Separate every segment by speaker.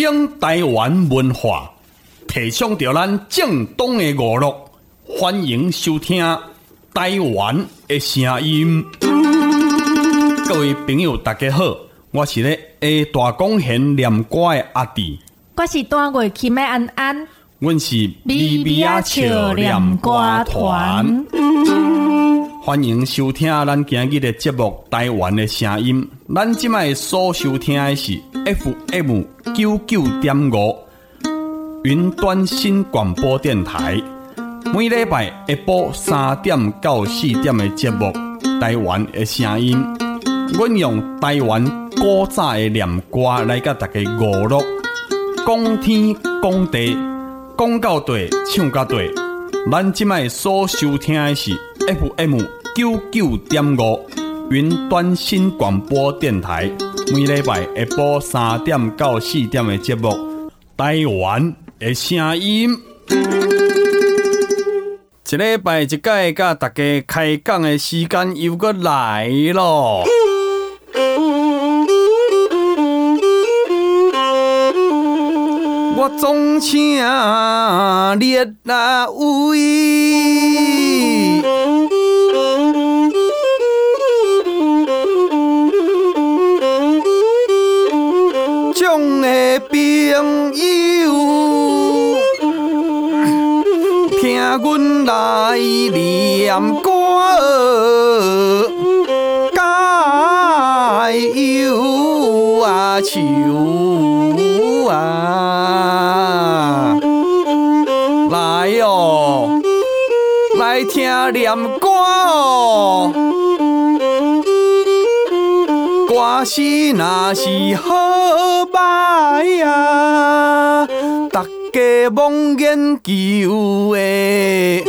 Speaker 1: 省台湾文化，提倡着咱正统的娱乐，欢迎收听台湾的声音。各位朋友，大家好，我是咧下大公园念歌的阿弟，
Speaker 2: 我是单月琴的安安，
Speaker 1: 阮是咪咪仔笑念歌团。欢迎收听咱今日的节目《台湾的声音》。咱即摆所收听的是 FM 99.5云端新广播电台。每礼拜下晡3点到4点的节目《台湾的声音》，阮用台湾古早的念歌来甲大家娱乐，讲天讲地，讲到地唱到地。咱即摆所收听的是 FM 99.5云端新广播电台，每礼拜下晡3点到4点的节目《台湾的声音》。一礼拜一届，甲大家开讲的时间又搁来咯。我总请列那位，众的朋友，听阮来念歌，加油啊唱啊！来哦，来听念歌哦，歌词若是好歹啊，大家罔研究的。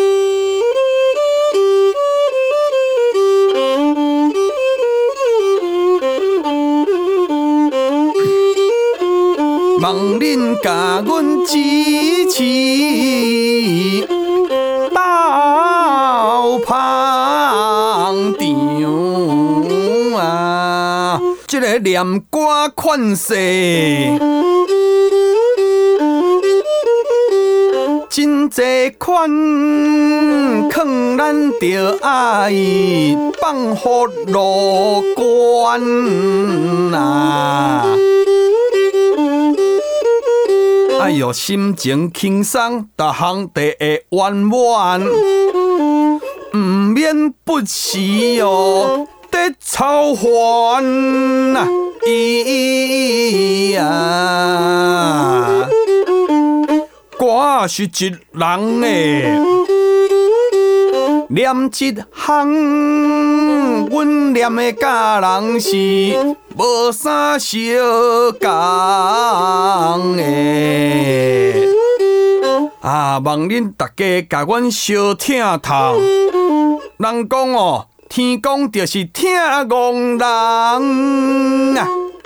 Speaker 1: 望恁甲阮支持，斗捧场啊！这个念歌款式，真侪款，藏咱着爱放互乐观啊！哎哟，心情轻松，逐项地会圆满，毋免不时哦得操烦啊！我是一人诶，念一项，阮念的甲人是无啥相共诶。啊，望恁大家甲阮相听透。人讲哦，天公就是听戆人啊！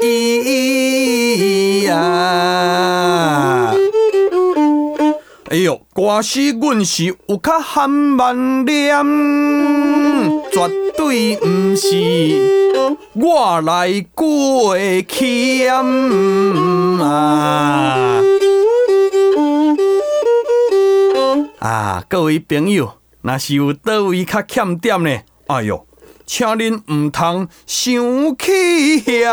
Speaker 1: 哎呦，歌词阮是有较含万念，绝对毋是我来过欠啊！啊，各位朋友，若是有倒位较欠点呢？哎呦，请恁毋通伤起嫌。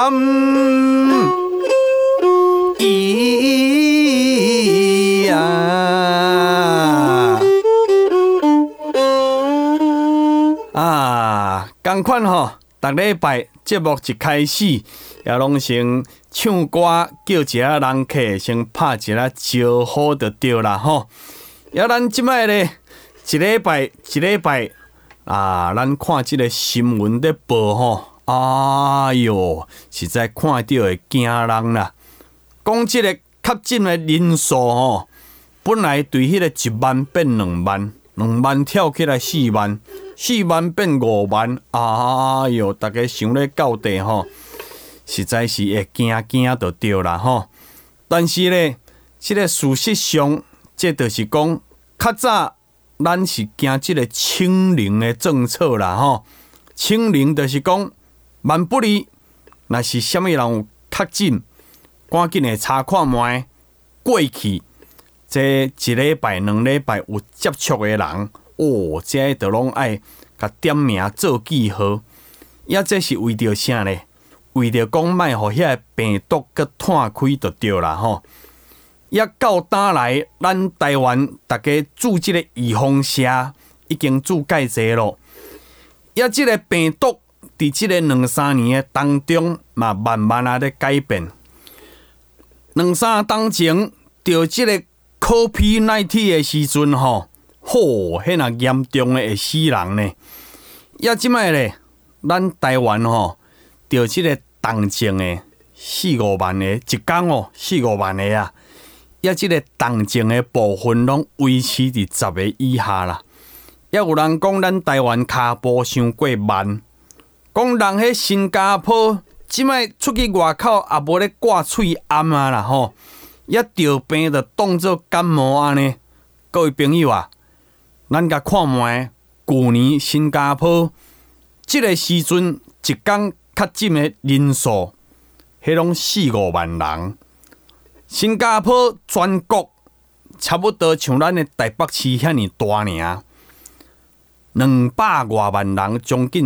Speaker 1: 同款吼，逐礼拜节目一开始，也拢先唱歌，叫一下人客，先拍一下招呼就对啦吼。也咱即摆咧，一礼拜啊，咱看即个新闻咧报吼，哎哟，实在看到会惊人啦。讲即个确诊的人数吼，本来对迄个1万变2万，2万跳起来4万，4万变5万，哎哟，大家想咧到底吼，实在是会惊就对啦吼。但是咧，即个事实上，这就是讲，较早咱是行即个清零的政策啦吼。清零就是讲，万不利，若是啥物人有确诊， 赶紧的查看卖过去这一礼拜、2礼拜有接触的人，这都拢爱甲点名做记号。这是为着啥呢？为着讲卖互遐病毒佮摊开就对啦吼。到今来，咱台湾大家注即个预防社已经注介济咯。即个病毒伫即个2-3年的当中，嘛慢慢咧改变。2-3当前着即个 COVID-19 的时阵吼，迄若严重的会死人呢。即摆咧，咱台湾吼，着即个重症的4-5万个，一工4-5万个啊。即个重症的部分拢维持伫10个以下啦。有人讲咱台湾骹步伤过慢，讲人迄新加坡即摆出去外口也无咧挂喙暗啊啦吼，得病就当作感冒安尼。各位朋友啊，咱甲看卖去年新加坡即个时阵一工确诊的人数，迄拢4-5万人。新加坡全国差不多像咱的台北市遐尼大尔，200多万人，将近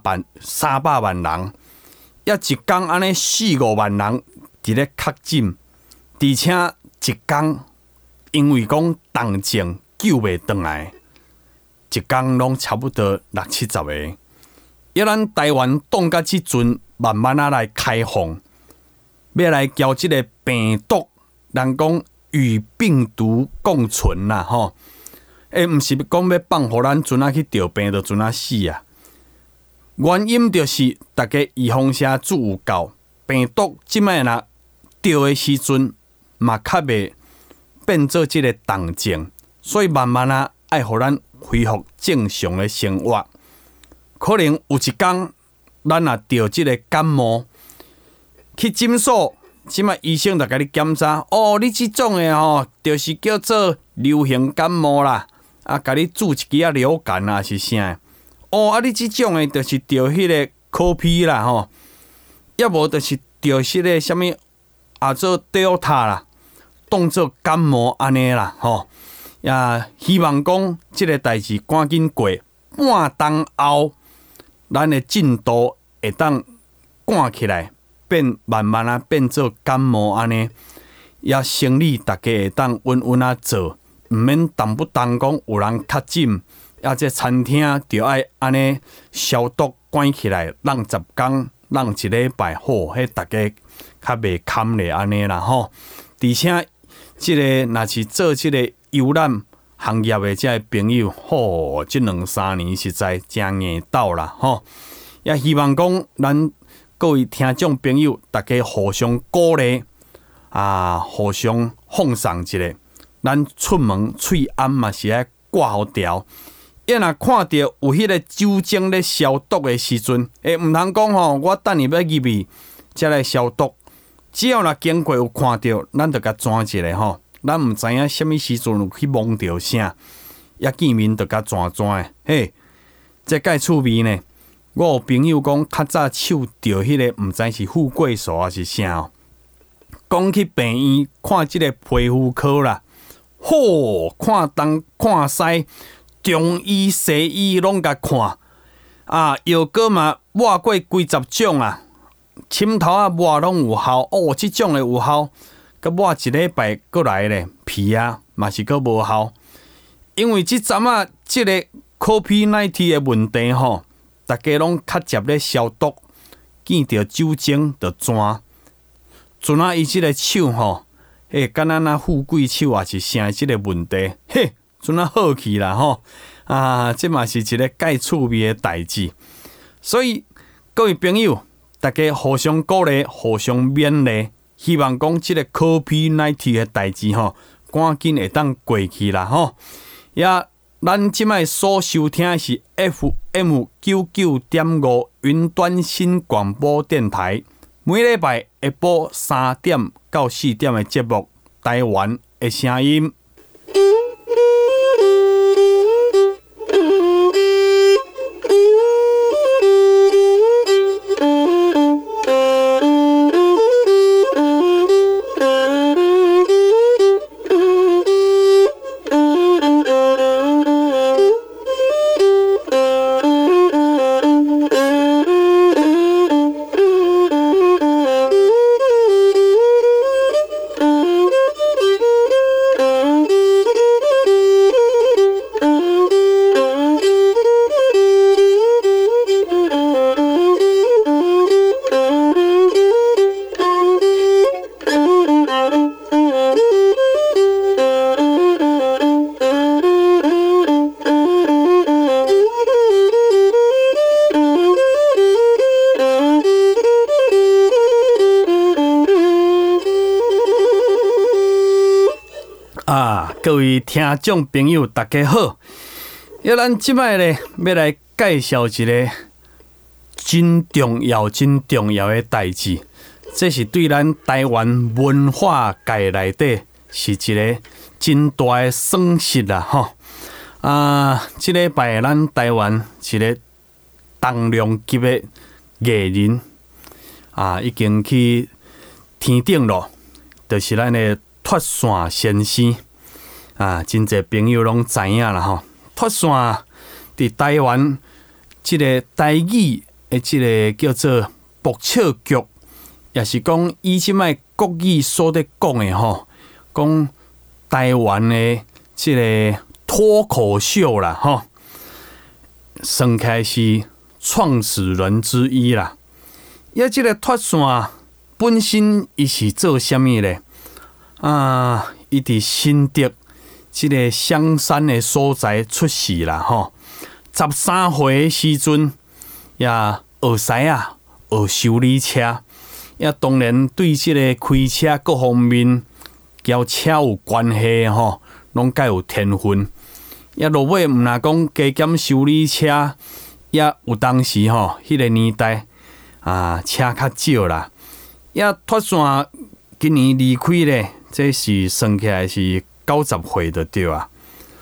Speaker 1: 300万人，一工安尼4-5万人伫咧确诊，而且一工因为讲重症救袂倒来，一工拢差不多60-70个。咱台湾当到即阵，慢慢来开放，要来交即个病毒。人讲与病毒共存啦，吼！毋是讲要放互咱阵啊去得病就阵啊死啊。原因就是大家预防社注有够，病毒即摆若得的时阵，嘛较袂变做即个重症，所以慢慢爱互咱恢复正常的生活。可能有一天，咱若得即个感冒，去诊所。即摆医生就甲你检查，你即种的吼，就是叫做流行感冒啦，甲你注一支流感啊是啥？你即种的就是得迄个 COVID 啦吼，要无就是得迄个什么做 Delta 啦，当做感冒安尼啦吼。希望讲即个代志赶紧过，半冬后，咱的进度会当赶起来。慢慢变做感冒安尼，生理大家会当稳稳做，毋免动不动讲有人确诊，这餐厅就爱安尼消毒关起来，让10天，让1礼拜，迄大家较袂堪咧安尼啦吼。而且即个若是做即个游览行业的这朋友，即2-3年实在真硬斗啦吼。希望讲咱。各位听众朋友，大家互相鼓励互相放松一下。咱出门喙暗嘛是爱挂好条。若看到有迄个酒精咧消毒的时阵，毋通讲我等你要入去才来消毒。只要若经过有看到，咱就甲转一下吼。咱毋知影什么时阵有去摸到啥，见面就甲转的。这介趣味呢。我有朋友讲，较早手着迄个，毋知是富贵素还是啥讲去病院看即个皮肤科啦，看东看西，中医西医拢甲看，药膏嘛抹过几十种啊，枕头抹拢有效，即种的有效，佮抹1礼拜过来咧，皮嘛是佮无效，因为即阵即个 COVID-19 的问题吼。大家拢较接咧消毒，见到酒精就转。阵伊即个手吼，敢若富贵手也是啥即个问题，阵好去啦吼。这嘛是一个介趣味的代志。所以各位朋友，大家互相鼓励，互相勉励，希望讲即个 COVID-19 的代志吼，赶紧会当过去啦吼。咱即摆所收听的是 FM 99.5云端新广播电台，每礼拜下晡3点到4点的节目《台湾的声音》。 各位听众朋友，大家好！咱即摆咧要来介绍一个真重要的代志，这是对咱台湾文化界内底是一个真大的损失啦，吼！即礼拜咱台湾一个重量级的艺人已经去天顶咯，就是咱的脱线先生真侪朋友拢知影啦吼。脱线伫台湾即个台语的即个叫做博笑剧，也是讲以即摆国语所在讲的吼，讲台湾的即个脱口秀啦吼，算起来是创始人之一啦。即个脱线本身伊是做啥物咧？伊伫新竹即个香山的所在出世啦吼。13岁的时阵，也学驶学修理车，也当然对即个开车各方面交车有关系吼，拢介有天分。落尾毋若讲加减修理车，也有当时吼，迄个年代车较少啦。脱线今年离开咧，这是算起来是90岁就对啊。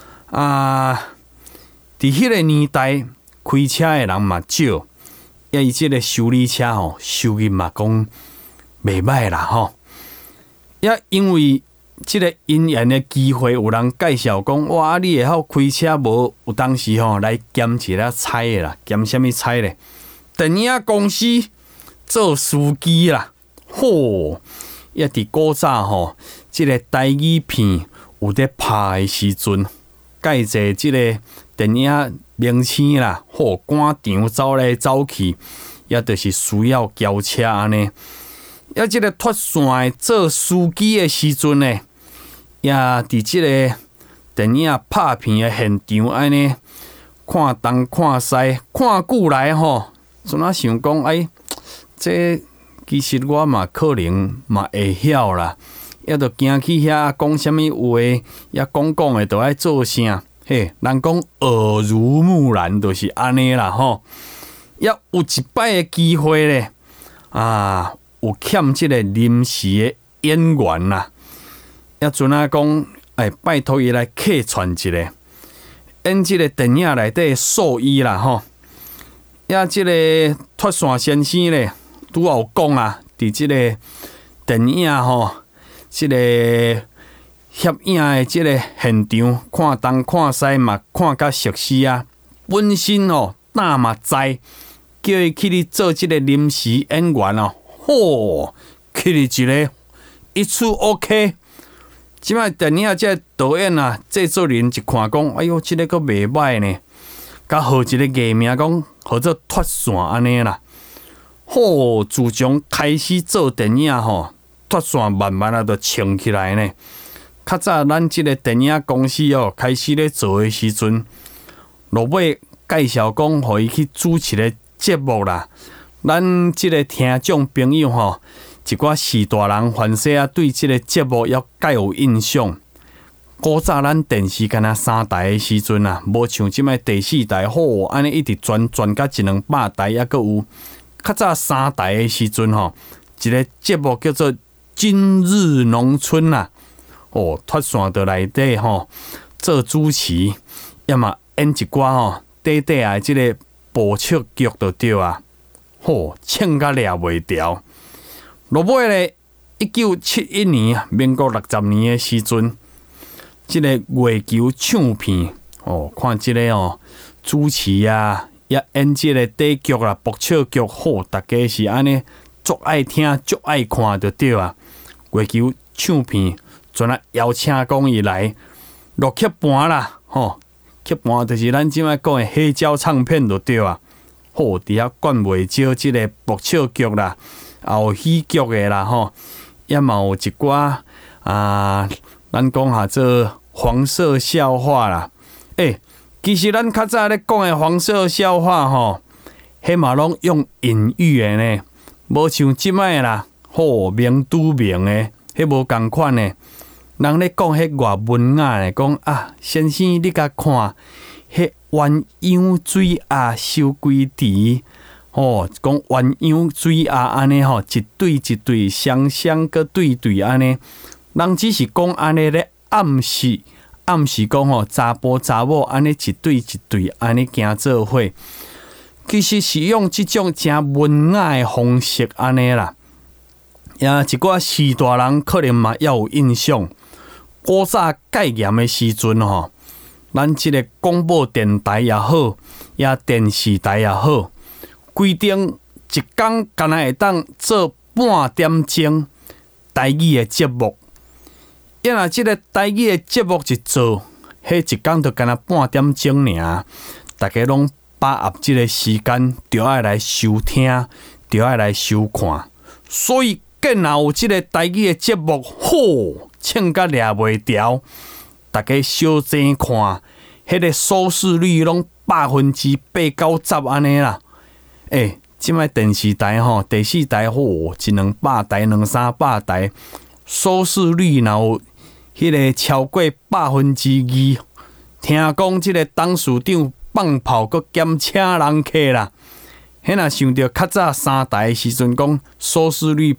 Speaker 1: 伫迄个年代开车的人嘛少，伊即个修理车吼收入嘛讲袂歹啦吼。因为即个因缘的机会，有人介绍讲，哇，你会晓开车无？有当时吼来兼一个差的啦，兼什么差咧？电影公司做司机啦，伫古早吼，即个台语片有咧拍的时阵，介济即个电影明星啦，赶场走来走去，也就是需要交车安尼。即个脱线的做司机的时阵呢，也伫即个电影拍片的现场安尼看东看西，看久来吼，阵仔想讲，这其实我嘛可能嘛会晓啦，也着行去遐讲啥物话，也讲的着爱做啥。人讲耳濡目染，就是安尼啦吼。有一摆的机会咧，有欠即个临时的演员啦，阵仔讲，拜托伊来客串一下，演即个电影内底兽医啦吼。即个脱线先生咧，拄有讲伫即个电影吼，即个摄影的即个现场，看东看西嘛，看甲熟悉啊。本身胆嘛知，叫伊去哩做即个临时演员去哩一个一出 OK。即摆电影即个导演制作人一看讲，哎哟，即个佫袂歹呢，甲号一个艺名讲，号做脱线安尼啦。自从开始做电影脱线慢慢就冲起来呢。较早咱即个电影公司开始咧做的时阵，落尾介绍讲，互伊去主持个节目啦。咱即个听众朋友一寡士大人凡细对即个节目也介有印象。古早咱电视敢若3台的时阵无像即摆第4台安尼一直转到100-200台，也阁有。较早3台的时阵一个节目叫做《今日农村》啦。脱线到内底做主持，要么演一寡短的即个爆笑剧就对啊。唱甲抓袂牢。落尾咧，1971年民国60年的时阵，即个月球唱片看即个主持也演即个短剧啦、爆笑剧，大家是安尼足爱听、足爱看就对啊。月球唱片。阵啊邀请讲伊来录曲盘啦，曲盘就是咱即摆讲的黑胶唱片就对啊。伫遐灌袂少即个爆笑剧啦，也有喜剧的啦，也嘛有一寡咱讲做黄色笑话啦。其实咱较早咧讲的黄色笑话迄嘛拢用隐喻的呢，无像即摆啦，明拄明的，迄无共款的。 人咧讲迄偌文雅咧，讲啊，先生你甲看，迄鸳鸯水鸭收几池。讲鸳鸯水鸭安尼吼，一对一对双双个对对安尼，人只是讲安尼咧暗示讲吼，查甫查某安尼一对一对安尼行做伙，其实是用即种真文雅的方式安尼啦。一寡时大人可能嘛也有印象，古早戒严的时阵吼，咱即个广播电台也好，也电视台也好。规定一工敢若会当做半点钟台语的节目，因若即个台语的节目一做，迄一工就敢若半点钟尔，大家拢把握即个时间，就爱来收听，就爱来收看。所以，竟若有即个台语的节目，唱甲掠袂牢，大家小静看，迄个收视率拢8%到10%安尼啦。即摆电视台吼，第四台100-200台、200-300台，收视率若有迄个超过2%，听讲即个董事长放炮搁兼请人客啦。迄若想着较早3台时阵讲收视率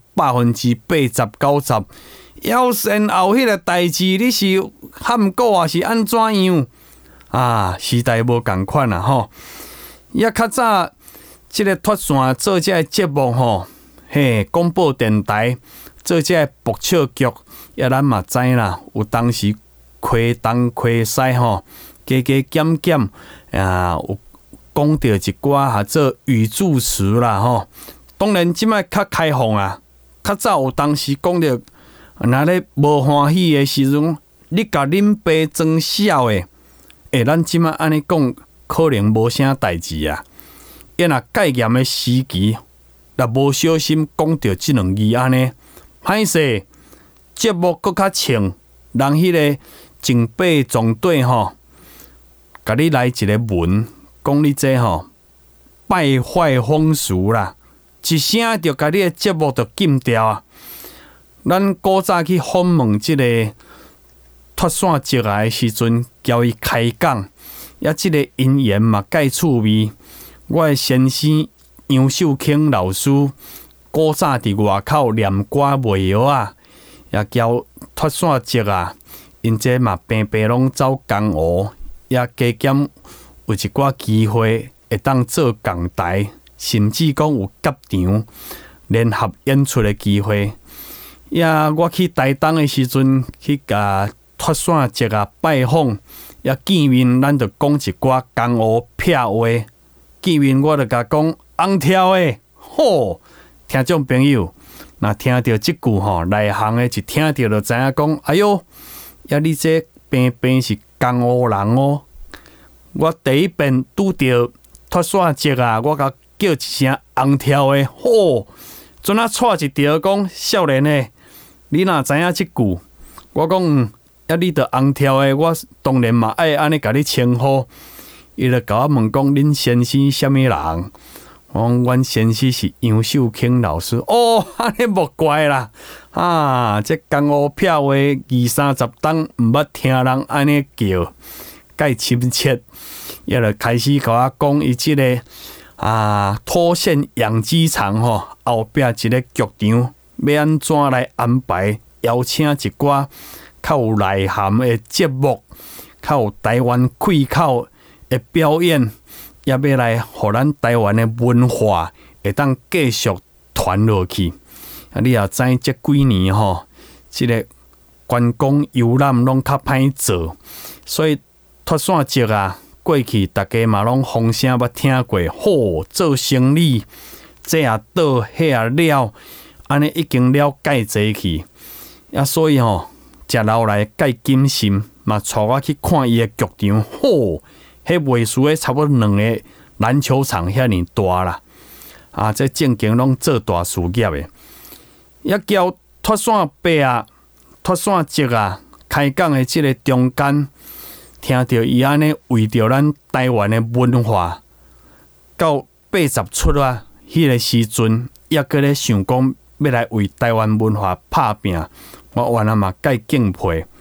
Speaker 1: 80%-90%，要先后迄个代志，你是喊过啊是安怎样啊？时代无共款啦吼，较早。即个脱线做这节目吼，广播电台做这播笑剧，咱嘛知啦。有当时亏东亏西吼，加减减有讲到一寡做语助词啦吼。当然即摆较开放啊，较早有当时讲到，若咧无欢喜的时阵，你甲恁爸装痟的，咱即摆安尼讲，可能无啥代志啊。因若戒严的时期，若无小心讲到即两字安尼，歹势节目搁较长，人迄个警备总队吼，甲你来一个文，讲你这吼败坏风俗啦，一声就甲你的节目就禁掉啊！咱古早去访问即个脱线节的时阵，交伊开讲，也即个因缘嘛介趣味。我的先生杨秀卿老师，古早伫外口念歌卖药啊，也交脱线节啊，因这嘛平平拢走江湖，也加减有一寡机会会当做港台，甚至讲有合场联合演出的机会。也我去台东的时阵，去甲脱线节啊拜访，也见面，咱就讲一寡江湖撇话。见面我就甲讲红条的，听众朋友，若听到即句吼，内行的一听到就知影讲，哎哟，你这平平是江湖人哦。我第一遍拄着脱线节啊，我甲叫一声红条的，阵啊错一条讲少年的，你若知影即句，我讲你着红条的，我当然嘛爱安尼甲你称呼。伊就甲我问讲，恁先生什么人？我讲阮先生是杨秀卿老师。安尼莫怪啦，这江湖撇话20-30档，毋捌听人安尼叫，介亲切。伊就开始甲我讲，伊即个脱线养鸡场吼，后壁一个剧场要安怎来安排，邀请一寡较有内涵的节目，较有台湾气口的表演，也要来互咱台湾的文化会当继续传落去。你也知这几年吼，这个观光游览拢较歹做，所以脱线节啊，过去大家嘛拢风声捌听过，做生意这也倒，迄也了，安尼已经了解济去。所以吼，食老来介谨慎，嘛带我去看伊的剧场，迄卫视的差不多2个篮球场遐尼大啦，这正经拢做大事业的。也交脱线伯啊，脱线节啊，开讲的即个中间，听到伊安尼为着咱台湾的文化，到80出啊，迄个时阵，也搁咧想讲要来为台湾文化拍拼，我原来嘛介敬佩。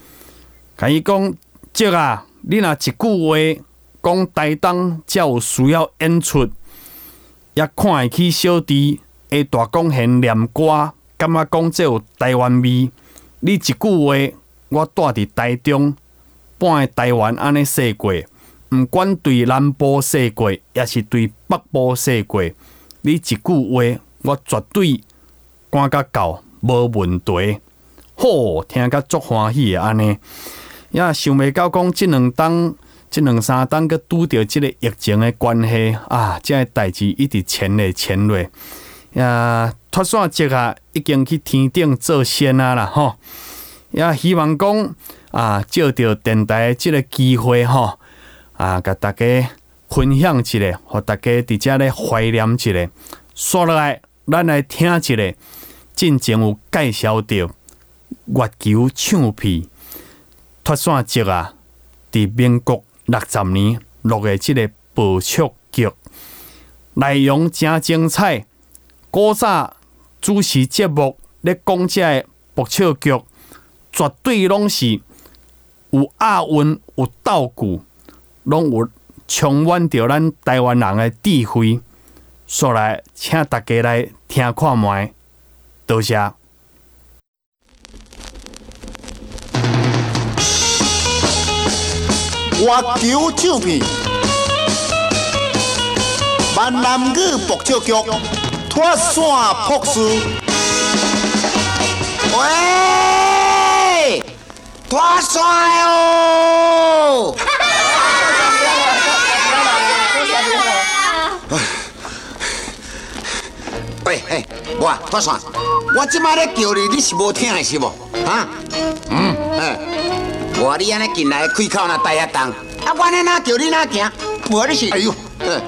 Speaker 1: 甲伊讲，姐啊，你若一句话讲台东才有需要演出，也看会起小弟的大贡献念歌，感觉讲这有台湾味。你一句话，我住伫台中，半个台湾安尼踅过，毋管对南部踅过，也是对北部踅过，你一句话，我绝对赶甲到，无问题。好，听甲足欢喜的安尼，也想袂到讲即两三冬佮拄着即个疫情的关系啊，这个代志一直前落。也脱线节啊，已经去天顶做仙啊啦吼。也希望讲啊，借着电台即个机会吼啊，甲大家分享一下，互大家伫遮咧怀念一下。刷落来，咱来听一下，进前有介绍到月球唱片脱线节啊，伫民国60年录的即个播出剧，内容真精彩。古早主持节目咧讲这个播出剧，绝对拢是有押韵、有道具，拢有充满着咱台湾人的智慧。所以来，请大家来听看卖，多谢。
Speaker 3: 月球唱片，闽南语播出剧，脱线博士。喂，脱线哦！喂，我脱线，我即摆咧叫你，你是无听的是无？哈？我你安尼进来开口若大遐重，啊，我安尼哪叫你哪行？无你是？哎呦，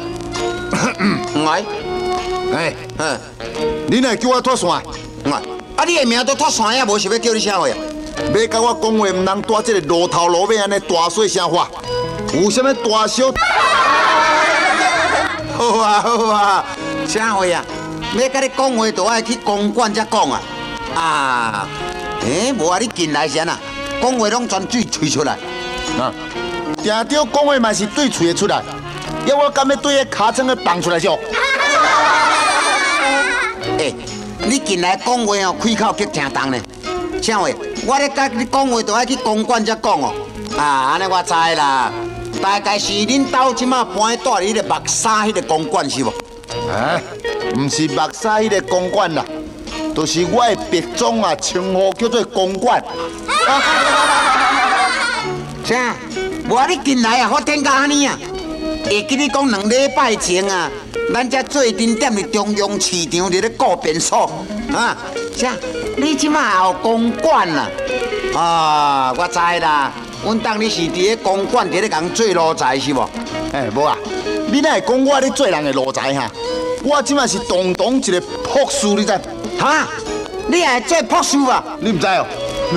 Speaker 4: 你若叫我脱线，
Speaker 3: 啊，你的名都脱线也无想要叫你啥话？
Speaker 4: 要甲我讲话，唔通带这个路头路尾安尼大细声话，有啥物大小？
Speaker 3: 好啊，啥话啊？要甲你讲话，就爱去公馆才讲啊！啊，无啊，你进来先啊，讲话拢全嘴吹出来。
Speaker 4: 啊，定着讲话嘛是对嘴会出来，要我敢要对个尻川个放出来少？
Speaker 3: 你进来讲话哦，开口极正重呢。啥话？我咧甲你讲话，就爱去公馆才讲哦。啊，安尼我知啦，大概是恁兜即马搬住伫迄个木沙迄个公馆是无？
Speaker 4: 唔是木沙迄个公馆啦，就是我的别种啊，称呼叫做公馆。
Speaker 3: 啥？无你进来啊，发展到安尼啊？会记你讲2礼拜前啊，咱才做阵点伫中央市场伫咧顾便所啊？啥？你即马也有公馆啦？啊，我知啦。阮当你是伫咧公馆伫咧共做路财是无？
Speaker 4: 无啊，你哪会讲我咧做人的路财哈？我即马是堂堂一个博士，你知？
Speaker 3: 哈？你也会做博士啊？
Speaker 4: 你唔知哦？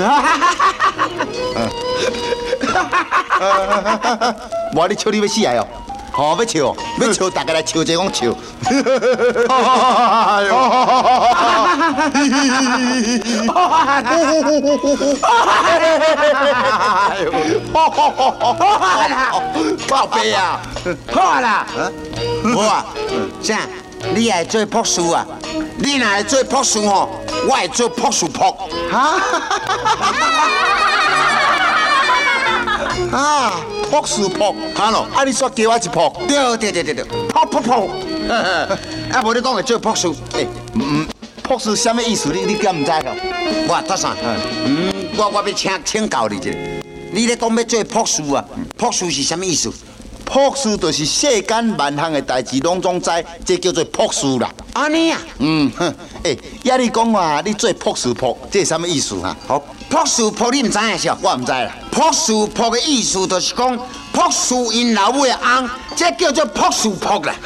Speaker 4: 我咧笑你要死来哦！吼，要笑哦，要笑，大家来笑者讲笑。
Speaker 3: 宝贝啊，好啦，好啊，啥？你会做博士啊？你若会做博士吼，我会做博士博。
Speaker 4: 啊，博士博，哈咯，啊你煞加我一博，
Speaker 3: 对，博，啊无你讲会做博士，
Speaker 4: 博士什么意思？你敢唔知哦？
Speaker 3: 我脱线，我要请教你一下，你咧讲要做博士啊？博士是什么意思？
Speaker 4: 博士就是世间万项的代志拢总知，这叫做博士啦。
Speaker 3: 安尼啊？
Speaker 4: 呀你讲啊，你做博士博，这是什么意思哈？
Speaker 3: 好，博士博你唔知影是？
Speaker 4: 我唔知啦。
Speaker 3: 博士博的意思就是讲，博士因老母的翁，这叫做博士博啦。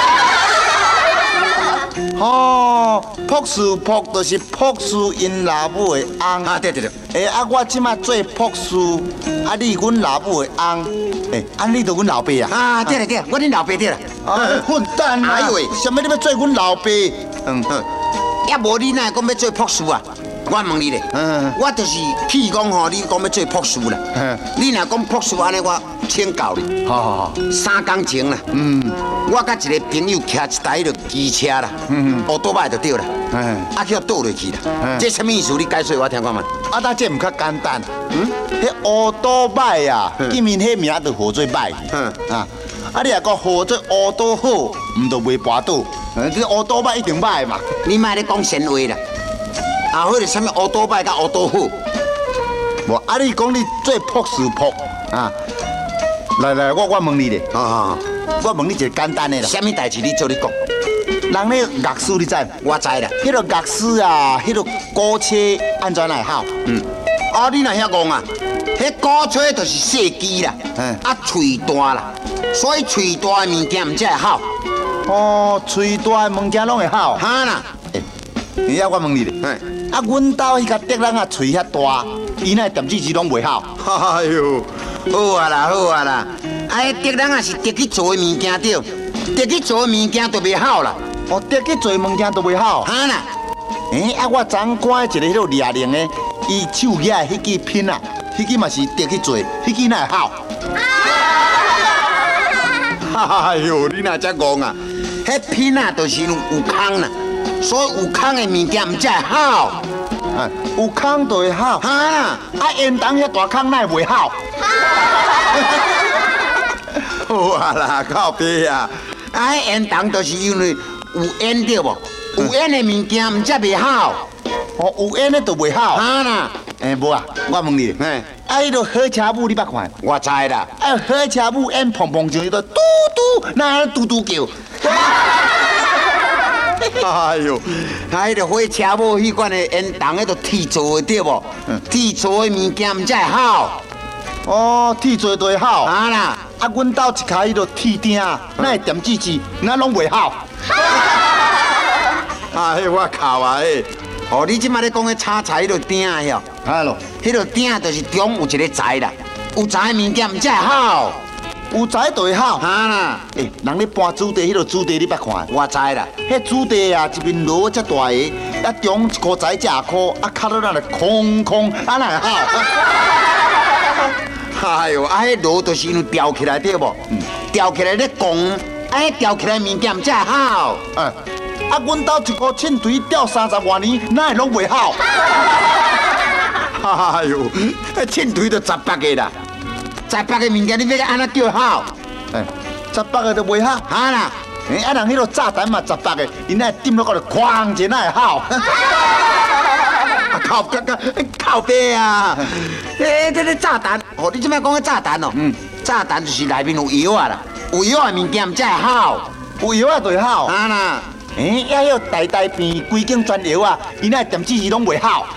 Speaker 4: 哦，博士博就是博士因老母的翁。
Speaker 3: 啊，对。
Speaker 4: 我即马做博士，你阮老母的翁，你就阮老爸啊？
Speaker 3: 啊，对，我恁老爸对啦。
Speaker 4: 混蛋啊！哎呦喂，什么你要做阮老爸？
Speaker 3: 也无你哪会讲要做博士啊？ 我问你咧，我就是去讲吼，你讲要做博士啦，你若讲博士安尼，我请教你。
Speaker 4: 好。
Speaker 3: 3工前啦，我甲一个朋友骑一台迄个机车啦，乌多摆就对啦，啊去倒落去啦。这什么意思？你解释我听看嘛。
Speaker 4: 啊，但这唔较简单。迄乌多摆啊，见面迄名就号做摆。啊，你若讲号做乌多好，唔就袂跋倒。这乌多摆一定歹嘛。
Speaker 3: 你莫咧讲闲话啦。啊，迄个什么乌多摆甲乌多好？
Speaker 4: 无啊，你讲你做博士博啊？来，我问你咧。我问你一个简单的啦。
Speaker 3: 什么代志？你做你讲。
Speaker 4: 人咧乐师你知？
Speaker 3: 我知啦。
Speaker 4: 迄个乐师啊，迄个鼓车安怎来好？
Speaker 3: 啊，你若遐讲啊，迄鼓吹就是细机啦，啊喙大啦，所以喙大的物件唔才会好。
Speaker 4: 哦，喙大的物件拢会好。
Speaker 3: 哈啦，
Speaker 4: 你啊，我问你咧，啊，阮兜迄个竹人啊，喙遐大，伊那点子拢袂好。
Speaker 3: 哎呦，好啊啦，好啊啦，啊，迄竹人啊是竹去做的物件对，竹去做的物件就袂好啦。
Speaker 4: 哦，竹去做物件都袂好。
Speaker 3: 哈啦，
Speaker 4: 啊，我昨看一个迄个掠铃的，伊手举迄支品啊，迄支嘛是竹去做，迄支哪会好？
Speaker 3: 哎呦，你哪只讲啊？迄品啊，就是有空啦，所以有空的物件唔才会好。
Speaker 4: 有空就会好。
Speaker 3: 哈啦，
Speaker 4: 啊，烟筒遐大空哪会袂好？
Speaker 3: 好啊啦，靠边啊！啊，迄烟筒就是因为有烟对无？有烟的物件唔才袂好。
Speaker 4: 哦，有烟的就袂好。
Speaker 3: 哈啦，
Speaker 4: 无啊，我问你，啊，迄个好车母你捌看？
Speaker 3: 我知啦。
Speaker 4: 啊，好车母烟砰砰上，伊就嘟嘟，那嘟嘟叫。
Speaker 3: 哎呦，啊，迄个火车母迄款的烟筒，迄个铁做的对无？铁做的物件唔才会好。
Speaker 4: 哦，铁做就会好。
Speaker 3: 啊啦，
Speaker 4: 啊，阮兜一卡迄个铁钉，那会点吱吱，那拢袂好。
Speaker 3: 哎，我靠啊！哦，你即摆咧讲迄炒菜迄个钉啊，晓？
Speaker 4: 啊咯，
Speaker 3: 迄个钉就是中有一个材啦，有材的物件唔才会好。
Speaker 4: 有材就会好。
Speaker 3: 哈啦，
Speaker 4: 人咧搬煮地，迄个煮地你捌看？
Speaker 3: 我知啦。
Speaker 4: 迄煮地啊，一面炉遮大个，啊中一颗材正颗，啊卡到那来空空，啊哪会好？
Speaker 3: 哎呦，啊迄炉就是因为吊起来对无？吊起来咧讲，啊迄吊起来物件唔才会好。
Speaker 4: 啊，阮兜一颗秤槌吊30多年，哪会拢袂好？
Speaker 3: 哎呦，迄秤槌都18个啦，18个物件你要安怎吊好
Speaker 4: ？18个都袂好。
Speaker 3: 哈啦，
Speaker 4: 啊人迄个炸弹嘛18个，因那点落个就哐一哪会好？
Speaker 3: 靠背啊！这炸弹，哦，你即摆讲个炸弹哦，炸弹就是内面有药啊啦，有药的物件唔才会好。
Speaker 4: 有药啊就会好。
Speaker 3: 啊啦，
Speaker 4: 啊迄个大片规景砖药啊，伊那点子拢袂好。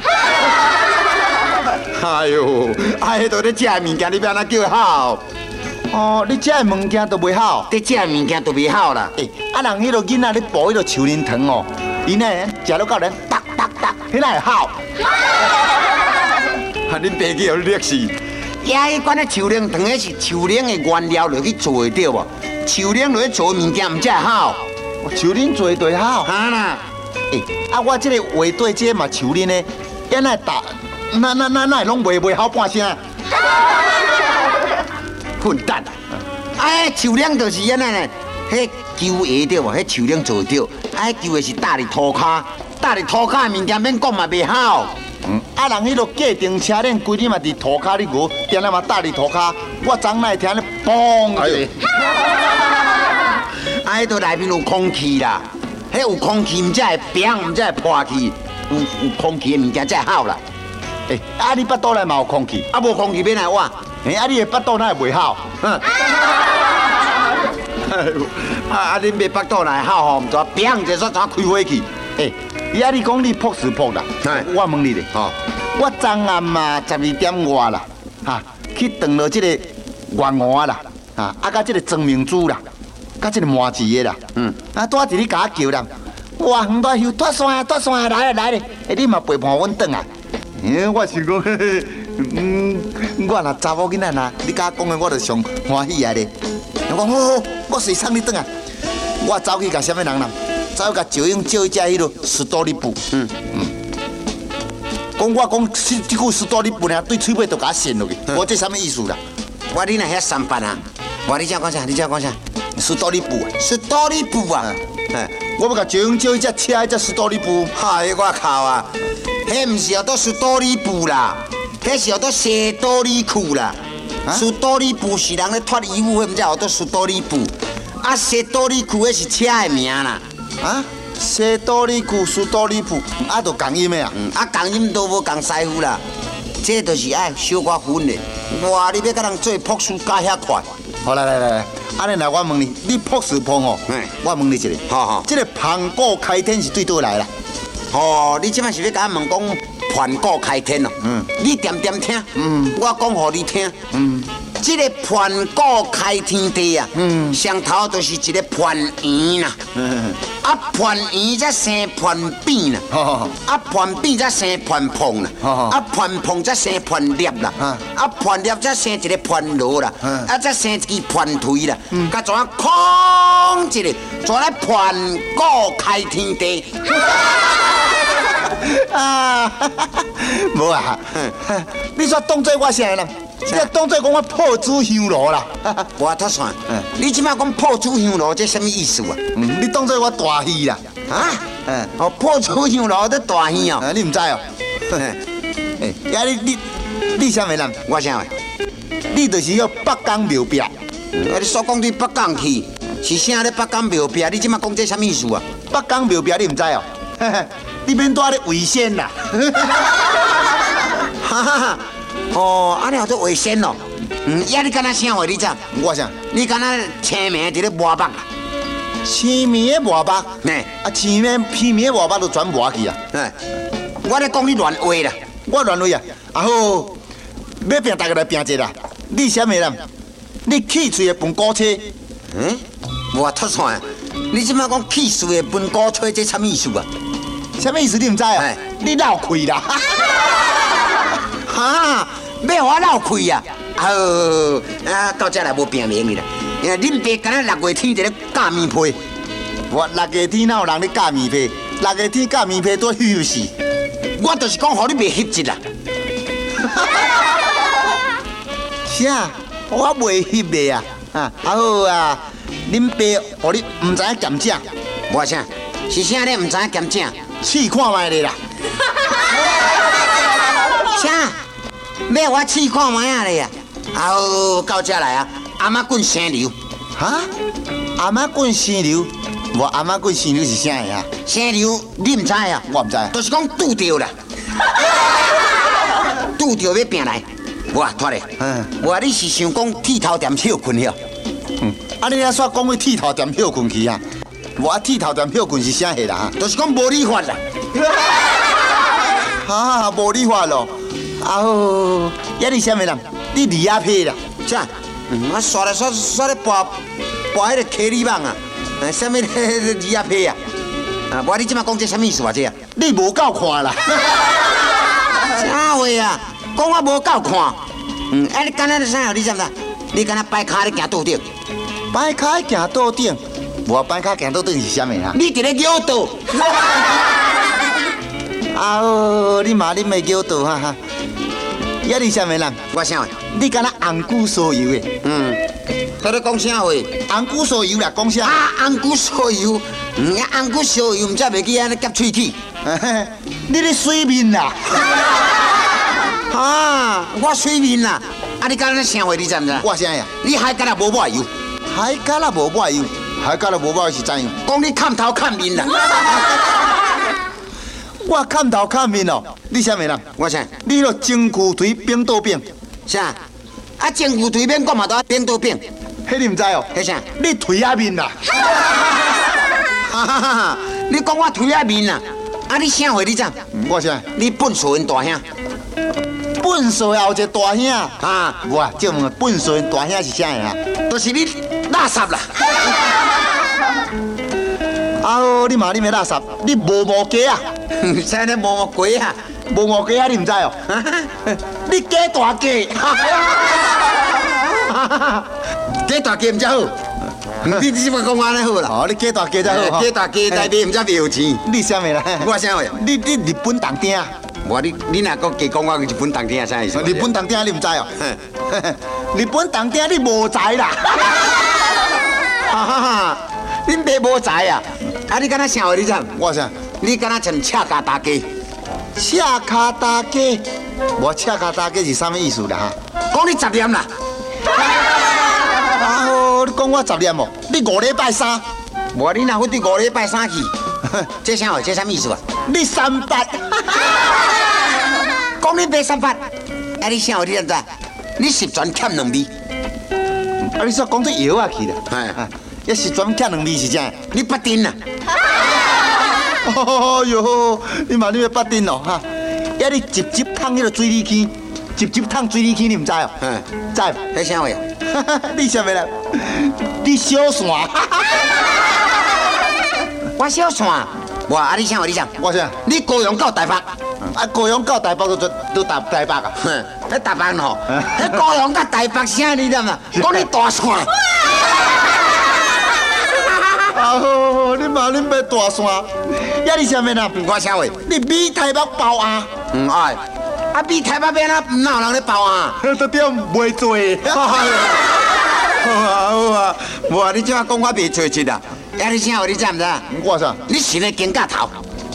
Speaker 3: 哎呦，啊迄度咧食的物件，你要安怎叫好？
Speaker 4: 哦，你食的物件都袂好。
Speaker 3: 你食的物件都袂好啦。
Speaker 4: 啊人迄个囡仔咧补迄个树林糖哦，伊那食了到人哒哒哒，迄那会好。
Speaker 3: 啊，恁爸去互你历史。呀，迄款的树林糖，迄是树林的原料落去做的对无？树林落去做的物件唔才会好。
Speaker 4: 树林做对好。
Speaker 3: 哈啦，
Speaker 4: 啊我这个话对这嘛树林的，也那打，那拢袂好半声。
Speaker 3: 混蛋！哎，树林就是安尼呢，迄旧鞋对无？迄树林做对，哎，旧鞋是搭伫涂骹，搭伫涂骹的物件免讲嘛袂好。
Speaker 4: 啊人迄个计程车链规日嘛伫涂骹咧牛，定来嘛搭伫涂骹，我昨哪会听咧嘣一下。
Speaker 3: 啊，迄度内面有空气啦，迄有空气唔才会冰，唔才会破气，有空气的物件才会好啦。
Speaker 4: 啊你腹肚内嘛有空气，
Speaker 3: 啊无空气要哪活？
Speaker 4: 啊你的腹肚哪会袂好？
Speaker 3: 啊恁爸腹肚内好吼，唔知冰一煞怎开火去？
Speaker 4: 你讲你博士博啦，我问你咧，我昨暗嘛12点外啦，去转落这个原鹅啦，啊甲这个庄明珠啦，甲这个麻糍的啦，拄仔伫你甲我叫啦，哇远大休脱线脱线来咧，你嘛陪伴阮转啊？我想讲，我若查某囡仔呐，你甲我讲的我就上欢喜啊咧。我讲好，我随送你转啊。我走去甲什么人啦？走去甲赵英借迄个史多利布。 讲我讲这句史多利布呢，对嘴巴都给他扇落去，我这什么意思啦？
Speaker 3: 我你那遐三八啊！我你这讲啥？你这讲啥？
Speaker 4: 史多利布啊，
Speaker 3: 史多利布啊！
Speaker 4: 我要甲招招一只车，一只史多利布。
Speaker 3: 嗨，我靠啊！迄唔是叫做史多利布啦，迄是叫做西多利库啦。史多利布是人咧脱衣服，迄唔才叫做史多利布。啊，西多利库迄是车的名啦。
Speaker 4: 啊？西多利库、史多利布，啊，都共音的啊。
Speaker 3: 啊，共音都无共师傅啦。这就是爱小可分的。哇，你要甲人做朴素加遐快？
Speaker 4: 好来，安尼来，我问你，你朴实碰哦？我问你一个，
Speaker 3: 好，
Speaker 4: 这个盘古开天是对倒来啦？
Speaker 3: 哦，你即摆是要甲我问讲盘古开天哦？你点点听，我讲互你听，这个盘古开天地啊，上头就是一个盘圆啦，啊盘圆才生盘扁啦，啊盘扁才生盘碰啦，啊盘碰才生盘粒啦，啊盘粒才生一个盘螺啦，啊才生一支盘腿啦，甲怎啊空一个，怎来盘古开天地？
Speaker 4: 啊，无啊，你说当作我啥人？你当作讲我破煮香炉啦？
Speaker 3: 我脱算，你即摆讲破煮香炉，这什么意思啊？
Speaker 4: 你当作我大戏啦？
Speaker 3: 啊？哦，破煮香炉在大戏哦？
Speaker 4: 你唔知哦？呀，你啥物人？
Speaker 3: 我啥话？
Speaker 4: 你就是要北港庙壁。
Speaker 3: 你所讲对北港去，是啥咧？北港庙壁，你即摆讲这什么意思啊？
Speaker 4: 北港庙壁你唔知哦？你免带咧危险啦！
Speaker 3: 哈哈，哦，安尼有做危险咯。呀，你敢若啥话？你知？
Speaker 4: 我啥？
Speaker 3: 你敢若青面伫咧磨目啊？
Speaker 4: 青面的磨目？
Speaker 3: 呢？
Speaker 4: 啊，青面、片面的磨目都全磨去啊！
Speaker 3: 我咧讲你乱话啦！
Speaker 4: 我乱话啊！啊好，要拼大家来拼一啦！你啥物人？你气嘴的笨古车？
Speaker 3: 我脱算，你即摆讲气势的笨古车，这什么意思啊？
Speaker 4: 什么意思？你唔知啊？你闹亏啦！
Speaker 3: 哈，要我闹亏啊？到这来无拼命去啦！恁爸敢若6月天伫咧架面皮，
Speaker 4: 我6月天哪有人咧架面皮？6月天架面皮多休息。
Speaker 3: 我就是讲，互你袂翕一啦。
Speaker 4: 啥？我袂翕的啊！啊好啊，恁爸互你唔知影咸正？
Speaker 3: 我啥？是啥咧？唔知影咸正？
Speaker 4: 试看卖咧啦！
Speaker 3: 啥？要我试看卖啊咧啊！到这来啊！阿妈滚生流。
Speaker 4: 哈？阿妈滚生流？我阿妈滚生流是啥个啊？
Speaker 3: 生流你唔知啊？
Speaker 4: 我唔知。
Speaker 3: 就是讲拄着啦，拄着要拼来。我脱咧。我你是想讲剃头店休困了？
Speaker 4: 啊，你阿煞讲去剃头店休困去啊？我剃头店休困是啥个啦？
Speaker 3: 就是讲无理法啦。
Speaker 4: 哈，无理法咯。啊好，呀你啥物人？你离阿皮啦？
Speaker 3: 啥？我刷来拔迄个 K 里棒啊！啥物离阿皮啊？我你即摆讲这什么意思啊？这啊？
Speaker 4: 你无够看啦！
Speaker 3: 啥话啊？讲我无够看。你敢若啥？你知唔知？你敢若摆骹咧行倒顶？
Speaker 4: 摆骹行倒顶？我摆骹行倒顶是啥物啊？
Speaker 3: 你伫咧摇倒。
Speaker 4: 啊，你骂你咪叫倒哈哈！呀，你啥物人？
Speaker 3: 我啥话？
Speaker 4: 你敢若红骨酥油的？
Speaker 3: 他咧讲啥话？
Speaker 4: 红骨酥油啦，讲啥？
Speaker 3: 啊，红骨酥油，红骨酥油，唔知袂记安尼夹喙齿。
Speaker 4: 你咧水面啦？
Speaker 3: 啊，我水面啦！啊，你敢若啥话？你知唔知？
Speaker 4: 我啥呀？
Speaker 3: 你海敢若无抹油？
Speaker 4: 海敢若无抹油？海敢若无抹油是怎样？
Speaker 3: 讲你砍头砍面啦！
Speaker 4: 我砍头砍面哦，你啥物人？
Speaker 3: 我啥？
Speaker 4: 你咯前裤腿扁倒扁。
Speaker 3: 啥？啊，前裤腿扁，我嘛都扁倒扁。
Speaker 4: 迄你唔知哦？
Speaker 3: 迄啥？
Speaker 4: 你腿仔面啦！
Speaker 3: 你讲我腿仔面啦？啊，你啥话？你怎？
Speaker 4: 我啥？
Speaker 3: 你本数因大兄。
Speaker 4: 本数后一个大兄
Speaker 3: 啊！
Speaker 4: 我就问本数因大兄是啥个啊？
Speaker 3: 就是你垃圾啦！
Speaker 4: 啊！你骂你咩垃圾？你无毛鸡啊？
Speaker 3: 啥咧无毛鸡啊？
Speaker 4: 无毛鸡啊？你唔知哦？你鸡大鸡？
Speaker 3: 鸡大鸡唔只好，你只么讲我安尼好啦？
Speaker 4: 哦，你鸡大鸡才好。
Speaker 3: 鸡大鸡内面唔只卖有钱。
Speaker 4: 你啥物啦？
Speaker 3: 我啥话？
Speaker 4: 你日本当丁？
Speaker 3: 无你若讲加讲我日本当店啥意思？
Speaker 4: 日本当店你唔知哦？日本当店你无知啦！
Speaker 3: 哈哈哈！恁爸无知啊！啊，你敢若啥话？你知？
Speaker 4: 我啥？
Speaker 3: 你敢若像赤家大鸡？
Speaker 4: 赤卡大鸡？我赤卡大鸡是啥物意思啦？哈？
Speaker 3: 讲你10年啦！
Speaker 4: 啊好，你讲我10年哦？你5礼拜3？
Speaker 3: 无你若分伫5礼拜3去，这啥话？这啥意思啊？
Speaker 4: 你38？
Speaker 3: 讲你买38，啊你啥话？你知？你10全欠2味。
Speaker 4: 啊，你说讲这药啊去啦？
Speaker 3: 哎，
Speaker 4: 一10全欠2味是啥？
Speaker 3: 你不丁啊？
Speaker 4: 哦哟，你嘛你要捌丁哦哈！呀，你直接烫迄个水里去，直接烫水里去，你唔知哦？
Speaker 3: 嗯，
Speaker 4: 知？
Speaker 3: 迄啥话？
Speaker 4: 你啥物啦？你小线。
Speaker 3: 我小线，无啊你啥话？你啥？
Speaker 4: 我啥？
Speaker 3: 你高雄到台北，
Speaker 4: 啊，高雄到台北都台北啊？
Speaker 3: 哼，迄台北吼，迄高雄到台北啥你知嘛？讲你大线。
Speaker 4: 啊好，你嘛恁要大线，呀你啥物啦？
Speaker 3: 我啥话？
Speaker 4: 你美台北包啊？
Speaker 3: 爱，啊比台北边啊，哪有人咧包啊？
Speaker 4: 都点袂做。
Speaker 3: 好啊好啊，无啊你即马讲我袂做一啊？呀你啥话？你知唔知？
Speaker 4: 我啥？
Speaker 3: 你神的金甲头。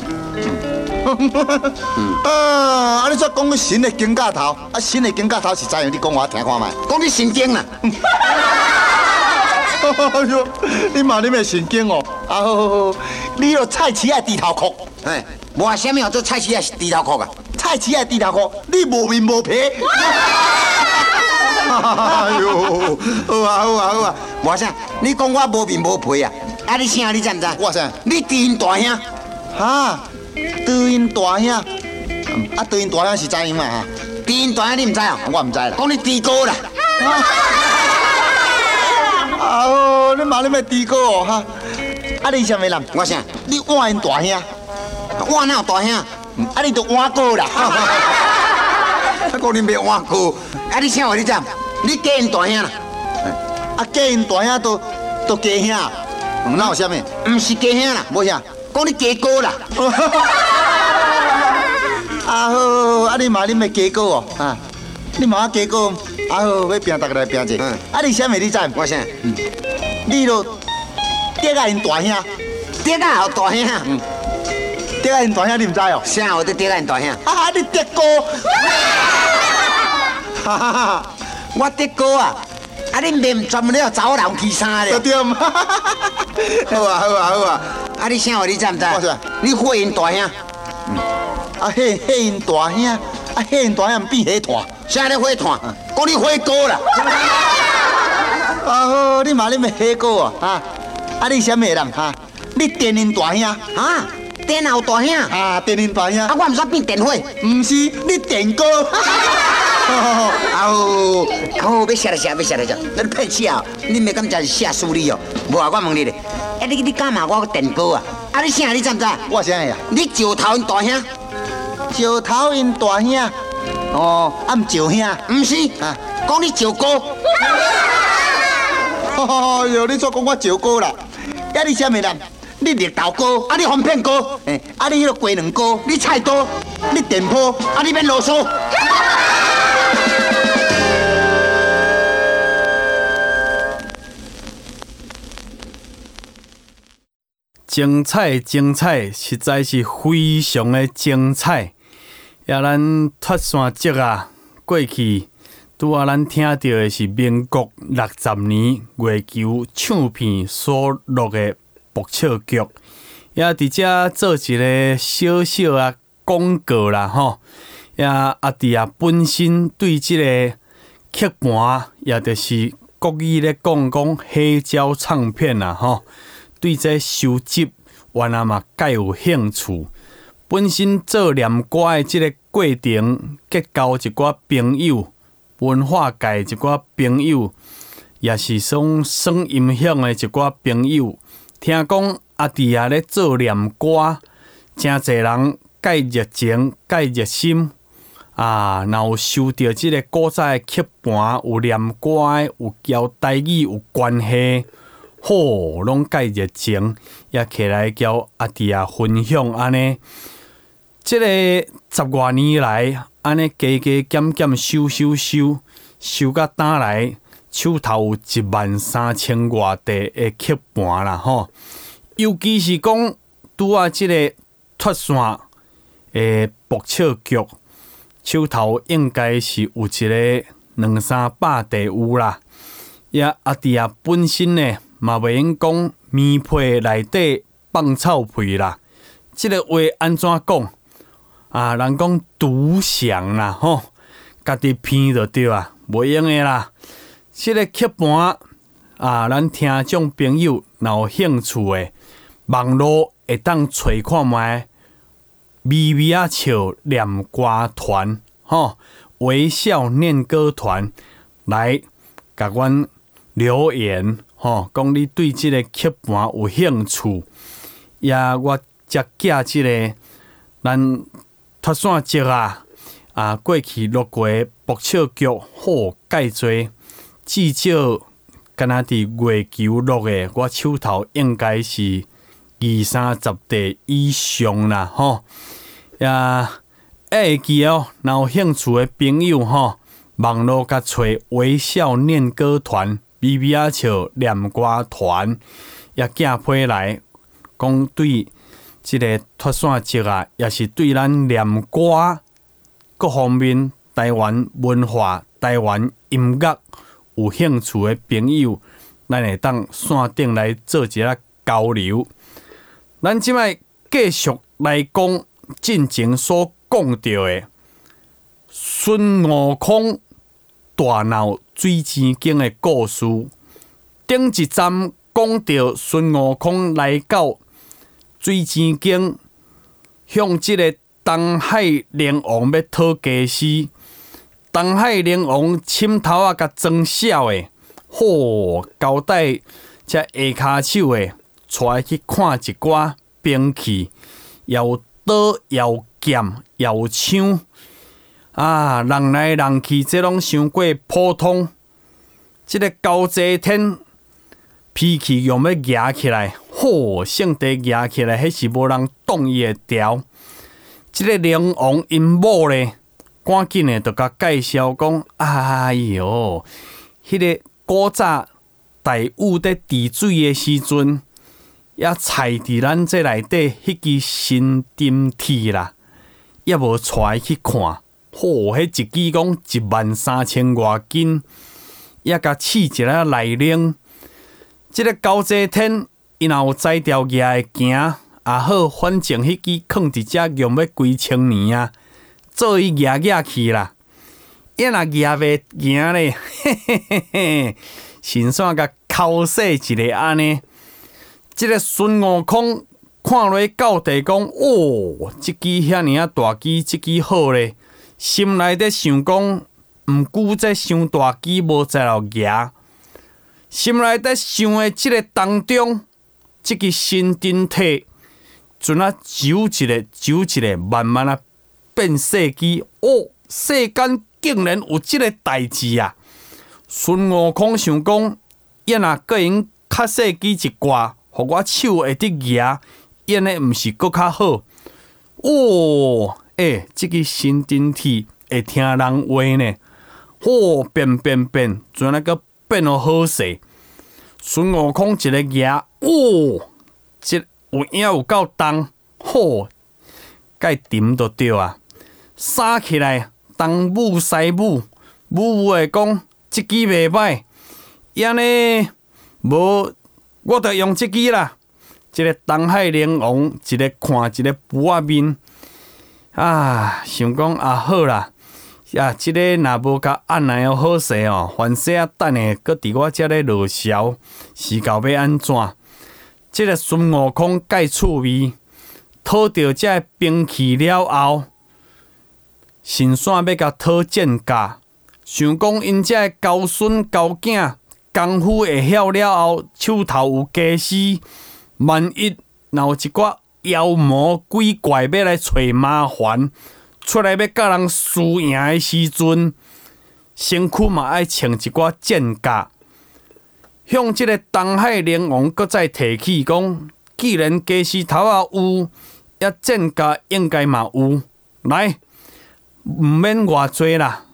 Speaker 4: 啊！你说讲个神的金甲头，啊神的金甲头是怎样？你讲我听看卖。
Speaker 3: 讲你神经啦！
Speaker 4: 哎呦，你嘛你咪神经哦！啊好，你有菜市爱低头壳。
Speaker 3: 哎，无啊，啥物叫做菜市啊低头壳啊？
Speaker 4: 菜市爱低头壳，你无面无皮。
Speaker 3: 哎呦，好啊好啊好啊！无啥，你讲我无面无皮啊？啊你啥？你知唔知？
Speaker 4: 我啥？
Speaker 3: 你知因大兄？
Speaker 4: 哈？知因大兄？啊，知因大兄是怎样嘛？哈？
Speaker 3: 知因大兄你唔知啊？
Speaker 4: 我唔知啦。
Speaker 3: 讲你知哥啦！
Speaker 4: 啊好，你嘛你咪知哥哦哈？啊你啥物人？
Speaker 3: 我啥？
Speaker 4: 你换因大兄？
Speaker 3: 我哪有大兄？
Speaker 4: 啊你就换哥啦！
Speaker 3: 他讲你袂换哥，啊你啥话？你知？你嫁因大兄啦？
Speaker 4: 啊嫁因大兄都家兄，哪有啥物？
Speaker 3: 唔是家兄啦，
Speaker 4: 无啥？
Speaker 3: 讲你家哥啦。
Speaker 4: 啊好，啊你嘛你咪家哥哦啊！你嘛家哥，啊好要拼大家来拼者。啊你啥物你知？
Speaker 3: 我啥？
Speaker 4: 你都爹啊因大兄，
Speaker 3: 爹啊有大兄。
Speaker 4: 爹啊因大兄你唔知哦？
Speaker 3: 啥有得爹啊因大兄？
Speaker 4: 啊你爹哥，
Speaker 3: 哈哈哈！我爹哥啊，啊你面专门了找人去衫咧。
Speaker 4: 对。
Speaker 3: 好啊好啊好啊！啊你啥话？你知唔知？
Speaker 4: 我啥？
Speaker 3: 你火因大兄。
Speaker 4: 啊迄因大兄，啊迄因大兄变火团。
Speaker 3: 啥咧火团？讲你火哥啦。
Speaker 4: 啊好，你嘛你咪火哥哦啊！啊你啥物人哈？你电因大兄
Speaker 3: 啊？电有大兄？
Speaker 4: 啊电因大兄。
Speaker 3: 啊我唔煞变电火。
Speaker 4: 唔是，你电哥。
Speaker 3: 哦，要写来写，要写来写，咱骗笑，你咪敢真是写输你哦？无啊，我问你咧，你干嘛我电哥啊？啊你啥？你知唔知？
Speaker 4: 我啥呀？
Speaker 3: 你石头因大兄？
Speaker 4: 石头因大兄。哦，啊唔石兄？
Speaker 3: 唔是，啊，讲你石哥。
Speaker 4: 哦哟，你说讲我石哥啦？呀你啥物人？你绿豆哥，
Speaker 3: 啊你红片哥，
Speaker 4: 啊你迄个鸡卵哥，
Speaker 3: 你菜刀，
Speaker 4: 你电波，
Speaker 3: 啊你免啰嗦。
Speaker 1: 精彩精彩，实在是非常的精彩。也咱脱线节啊，过去拄啊，咱听到的是民国60年月球唱片所录的爆笑剧，也伫遮做一个小小啊广告啦吼。也阿弟啊本身对即个曲盘，也就是国语咧讲黑胶唱片啦吼。对这收集原来嘛介有兴趣，本身做念歌的这个过程，结交一寡朋友，文化界一寡朋友，也是从耍音响的一寡朋友。听讲阿弟啊咧做念歌，真侪人介热情、介热心啊！若有收到这个古早的曲盘，有念歌的，有交台语有关系。好，拢介热情，也起来交阿弟啊分享安尼。 这个10多年来，安尼加减减收到打来，手头有13000外地的吸盘啦吼。尤其是讲拄啊，这个脱线的博笑局，手头应该是有一个200-300地有啦。也阿弟啊，本身呢嘛袂用讲棉被内底放臭屁啦。这个话安怎讲？啊，人讲独享啦吼，家己偏就对啊，袂用的啦。这个吸盘啊，咱听众朋友若有兴趣的，网络会当找看卖。微微啊笑念歌团吼，微笑念歌团来甲阮留言吼，讲你对即个吸盘有兴趣，也我则寄即个咱脱线节过去录过博笑剧好介侪，至少敢若伫月球录的，我手头应该是20-30地以上啦吼。也会记哦，若有兴趣的朋友吼，网络甲找微笑念歌团、微微啊笑念歌团，也寄批来讲对即个脱线节也是对咱念歌各方面台湾文化、台湾音乐有兴趣的朋友，咱会当线顶来做一下交流。咱即摆继续来讲。进前所讲到的孙悟空大闹水晶宫的故事，顶一站讲到孙悟空来到水晶宫，向这个东海龙王要讨家私，东海龙王枕头啊，甲装小的，交代这下骹手的，带去看一寡兵器，有刀有剑有枪啊，人来人去，这拢伤过普通。这个高济天脾气用要压起来，圣地压起来，迄是无人挡伊会调。这个龙王因某咧，赶紧的就甲介绍讲，哎哟，迄个古早大禹在治水的时阵。也踩伫咱这内底迄支新丁铁啦，也无带去看。迄一支讲13000外斤，也甲试一下内冷。即个高济天，伊若有摘条牙会行，也好，反正迄支放伫遮用要几千年啊，做伊牙去啦。伊若牙袂行咧，先煞甲敲死一个安尼。这个孙悟空看落到地讲，这支遐尔啊大支，这支好咧，心内底想讲，毋过这伤大支无在了牙，心内底想的这个当中，这个新丁体，阵啊揪一个，慢慢啊变细支，世间竟然有这个代志啊！孙悟空想讲，伊若个用较细支一挂。互我手会得牙，演的毋是搁较好。这个新丁体会听人话呢。变，怎那个变得好势？孙悟空一个牙，这有影有够重，该沉就对啊。杀起来，东母西母，母会讲这支袂歹，安尼无。我着用这支啦，这个东海龙王一个看一个浮啊面想讲好啦，这个若无甲按来好势哦，凡事等下搁伫我遮咧落潲，是到要安怎？这个孙悟空介趣味，讨到这兵器了后，神线要甲讨剑架，想讲因这高孙高囝。功夫会晓了后，手头有家私，万一若有一寡妖魔鬼怪要来找麻烦，出来要甲人输赢的时阵，身躯嘛爱穿一寡剑甲。向这个东海龙王搁再提起讲，既然家私头有， 箭架应该嘛有，来，毋免偌济啦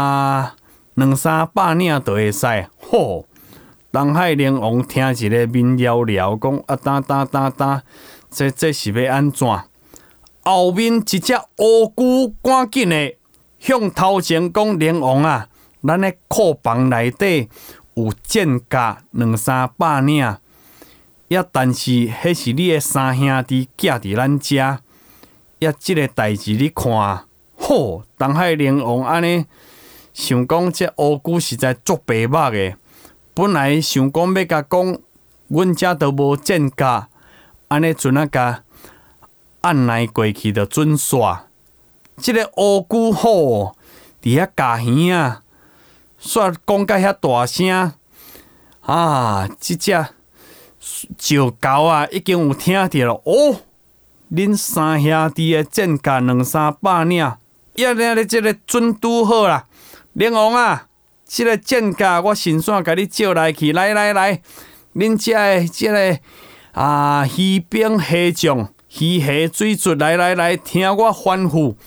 Speaker 1: ，200-300领就会使。吼，东海龙王听一个面聊聊讲呾，这是要安怎？后面一只乌龟赶紧的向头前讲：龙王啊，咱的库房内底有箭架200-300领。但是，迄是你的三兄弟寄伫咱遮，即个代志你看，吼，东海龙王安尼想讲，这乌龟实在足白目的。本来想讲要甲讲，阮遮都无箭架，安尼阵啊甲按捺过去就准煞。即个乌龟吼，伫遐加耳啊，煞讲甲遐大声即只。石猴啊，已经有听到了哦。恁三兄弟的箭架200-300领，咧这个准拄好啦。龙王啊，这个箭架我先线甲你借来去，来，恁遮的这个鱼兵虾将、鱼虾水卒，来，听我吩咐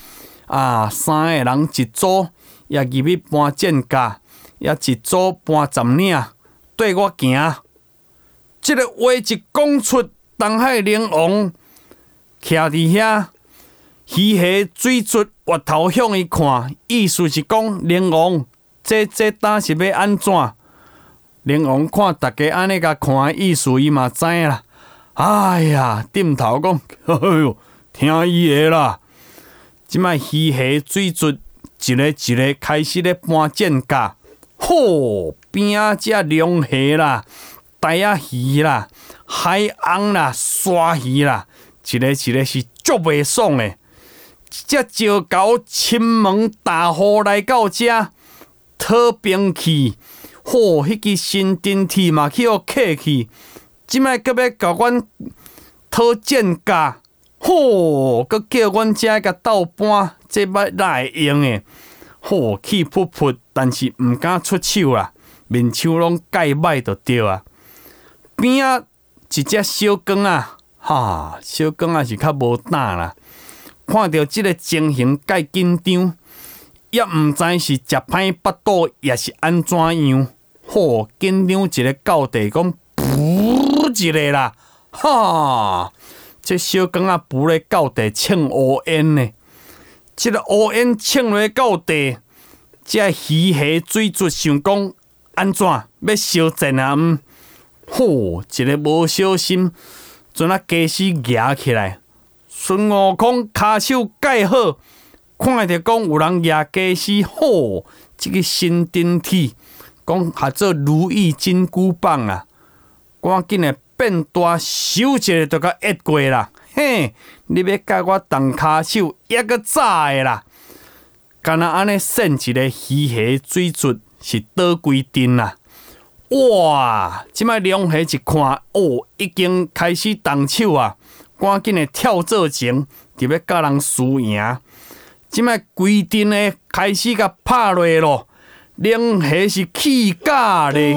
Speaker 1: 3个人一组，入去搬箭架，一组搬10领，对我行。这个话一讲出，东海龙王徛伫遐，鱼虾水卒滑头向伊看，意思是讲龙王，这胆是要安怎？龙王看大家安尼甲看，意思伊嘛知啦。哎呀，点头讲，哎呦，听伊的啦。即摆鱼虾水卒一个开始咧搬箭架，吼边仔只龙虾啦。带仔鱼啦、海翁啦、鲨鱼啦，一个是足袂爽的。这石猴亲门大户来到遮，讨兵器，吼，迄支新阵铁嘛去互客去。即摆阁要甲阮讨箭架，吼，阁叫阮遮甲斗搬，这摆哪会用的？吼，气噗噗，但是毋敢出手啦，面手拢盖歹就对啊。边仔一只小光啊，小光啊是较无胆啦。看到即个情形，介紧张，也毋知是食歹腹肚，也是安怎样。吼，紧张一个到地讲，噗一个啦，这小光啊，噗咧到地呛乌烟呢。即个乌烟呛落到地，这鱼虾水卒想讲安怎要烧战啊？吼，一个无小心，阵家死夹起来。孙悟空骹手盖好，看着讲有人夹家死，吼，这个新顶体，讲合做如意金箍棒啊！赶紧的变大手一个就甲压过啦。嘿，你要甲我动骹手，也个早的啦。干那安尼扇一个鱼虾水卒是倒规阵啦。哇！即摆龙虾一看，哦，已经开始动手啊！赶紧的跳做前，就要甲人输赢。即摆规阵的开始甲拍落咯，龙虾是起价咧，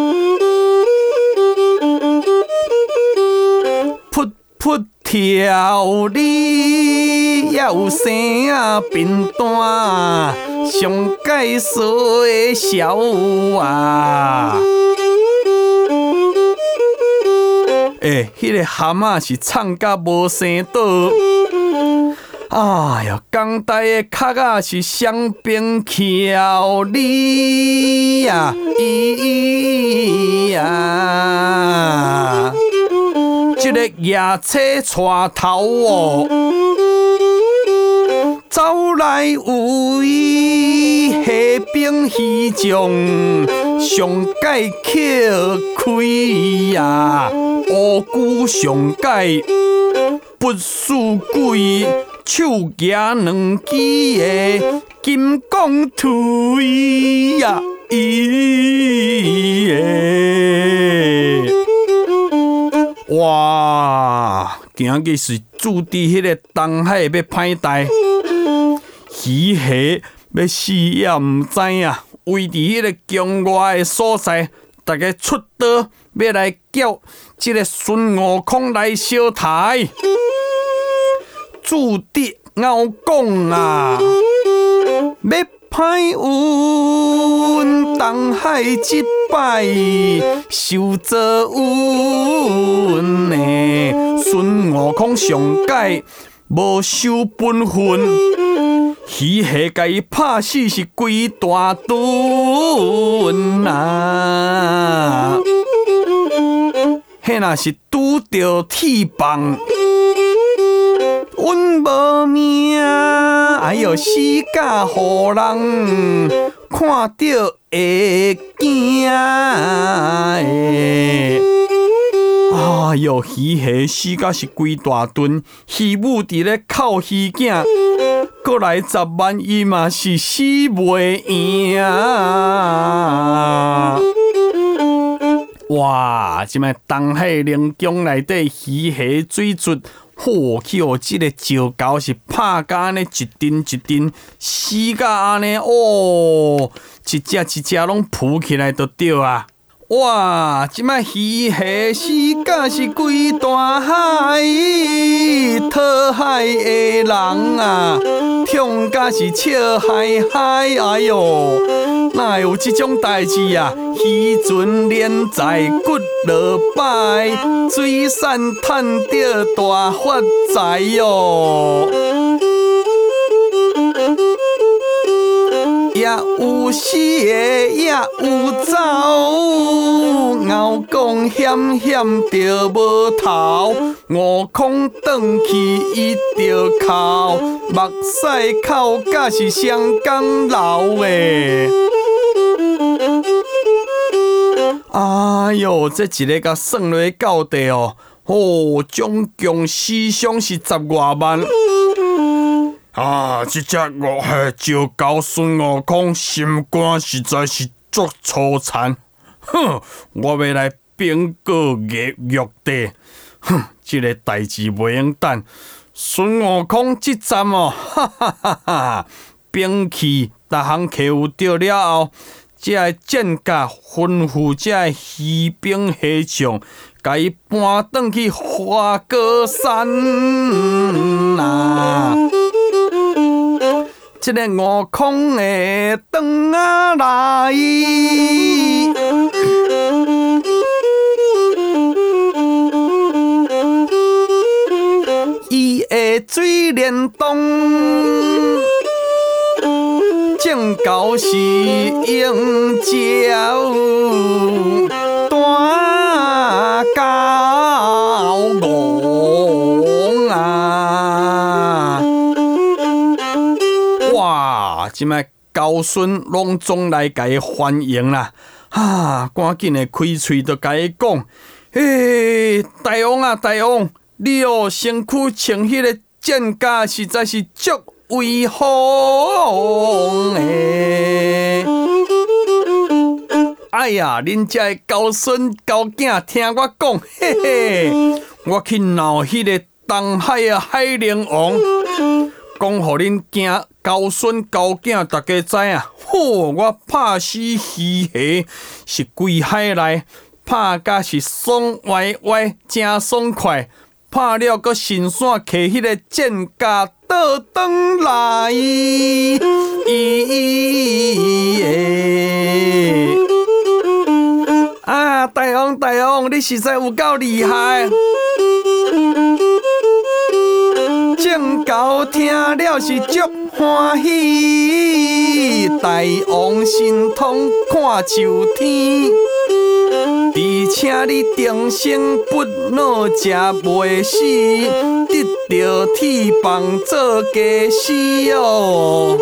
Speaker 1: 噗噗跳哩，也有生啊扁担，上解说的笑啊！迄个蛤仔是唱甲无生倒，哎呀，港台的壳仔是双边翘哩呀，这个野车带头哦，走来有伊虾兵鱼将，上界扣开呀。乌龟上界不输鬼，手拿两支的金刚腿呀！哇！今日是注定迄个东海要歹代，鱼虾要死也毋知影，为伫迄个境外的所在，大家出刀要来叫。这个孙悟空来烧台， 注定熬讲啊，要歹运，东海一摆受做运呢。孙悟空上界无守本分，鱼虾甲伊拍死是规大顿啊！迄若是拄着铁棒，阮无命，哎哟，死甲互人看到会惊诶！哎哟，鱼虾死甲是规大顿，鱼母伫咧靠鱼囝，过来10万伊嘛是死袂赢。哇！即摆东海龙宫内底鱼虾水族，去哦！即个石膏是拍甲安尼一阵一阵，死甲安尼哦，一只一只拢浮起来就对啊！哇！即摆鱼虾死甲是规大海，讨海的人啊，痛甲是笑嗨嗨！哎哟，哪有这种代志啊？鱼船连载骨落摆，水产趁着大发财哟！也有死的，也有走，熬讲险险着无头，悟空转去伊着哭，目屎哭甲是双江流诶。哎哟，这一个甲算落到底哦，总共死伤是10外万。这只恶害石膏孙悟空心肝实在是足粗残，哼！我要来禀告玉帝，哼！这个代志袂用等，孙悟空这站哦，哈哈哈哈！兵器逐项摕有着了后，这个剑甲吩咐这个鱼兵下将，甲伊搬转去花果山啊！这个悟空会转啊来，伊的水帘洞，正高是用鸟大高昂啊！哇！即摆高孙拢总来甲伊欢迎啦！赶紧的开喙就甲伊讲：大王啊，大王，你哦身躯穿迄个剑甲实在是足威风诶！哎呀，恁遮的高孙高囝听我讲，嘿嘿，我去闹迄个东海的海灵王。讲互恁惊高孙高囝大家知影，我拍死鱼虾是规海内，拍甲是爽歪歪，真爽快。拍了搁顺线摕迄个剑甲倒转来，大王，你实在有够厉害！正高听了是足欢喜，大王神通看秋天，而且你定生不老食袂死，得着铁棒做家事哦。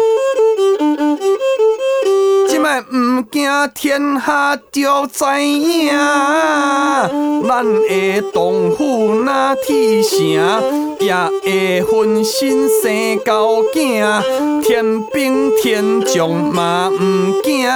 Speaker 1: 即摆毋惊天下就知影，咱的洞府若铁城，也会分身生高囝，天兵天将嘛毋惊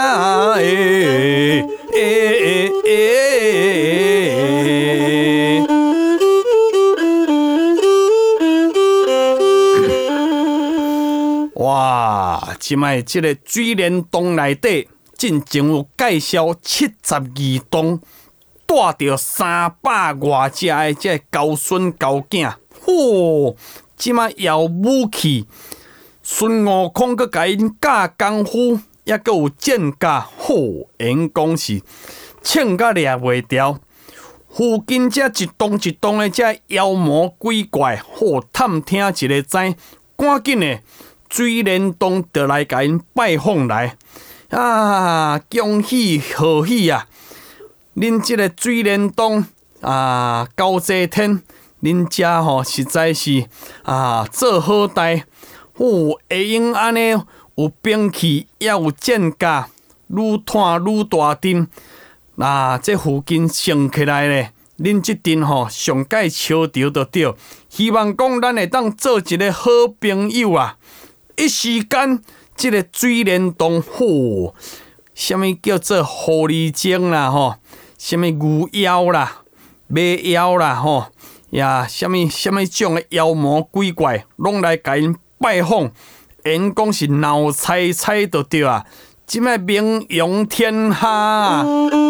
Speaker 1: 哇！即摆即个水帘洞内底，进前有介绍72洞，带着300外只的这高孙高囝， 即摆摇武器，孙悟空佮甲因教功夫，抑佮有剑架，好，因讲是枪甲掠袂掉。附近遮一栋一栋的遮妖魔鬼怪，好探听一个知，赶紧的水帘洞就来甲因拜访来。啊，恭喜贺喜啊！恁即个水帘洞啊，高济天，恁遮吼实在是做好代，会用安尼有兵器，也有剑架，愈探愈大阵。这附近升起来咧，恁即阵上界笑着就对。希望讲咱会当做一个好朋友啊！一时间，即个水帘洞什么叫做狐狸精啦什么牛妖啦、马妖啦什么种的妖魔鬼怪，拢来甲因拜访，因讲是闹猜猜就对啊！即摆名扬天下啊！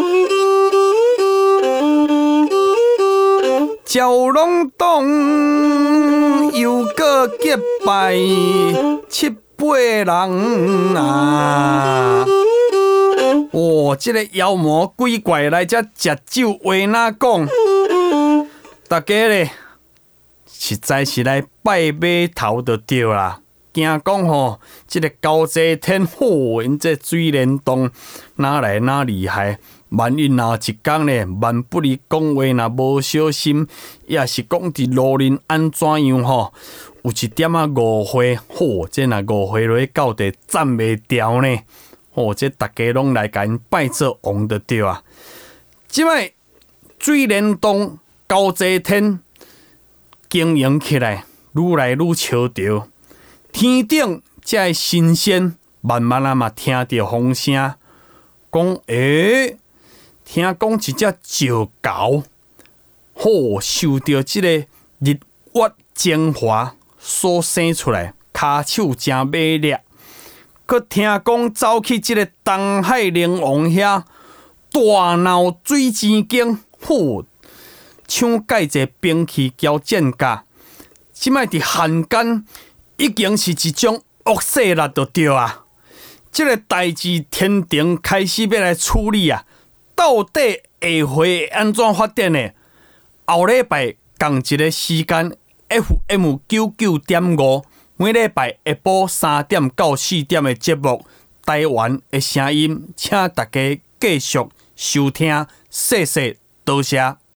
Speaker 1: 蛟龙洞又个结拜7、8人啊！这个妖魔鬼怪来遮食酒话哪讲？大家咧实在是来拜码头就对啦。惊讲这个高济天因这水帘洞哪来哪厉害？万一若一天咧，万不离讲话若无小心，也是讲伫路人安怎样有一点误会，这若误会落去到底斩袂掉呢？这大家拢来甲因拜做王就对啊！即摆水帘洞高济天经营起来，愈来愈笑着。天顶才会新鲜，慢慢嘛听到风声，讲听讲一只石猴，受到这个日月精华所生出来，骹手真美丽。佮听讲走去这个东海龙王遐大闹水晶宫，抢介者兵器交剑架，即摆伫汉奸已经是一种恶势力就对啊！这个代志天庭开始要来处理啊，到底下回会安怎发展呢？后礼拜同一个时间 FM 99.5，每礼拜下晡3点到4点的节目《台湾的声音》，请大家继续收听，谢谢，多谢。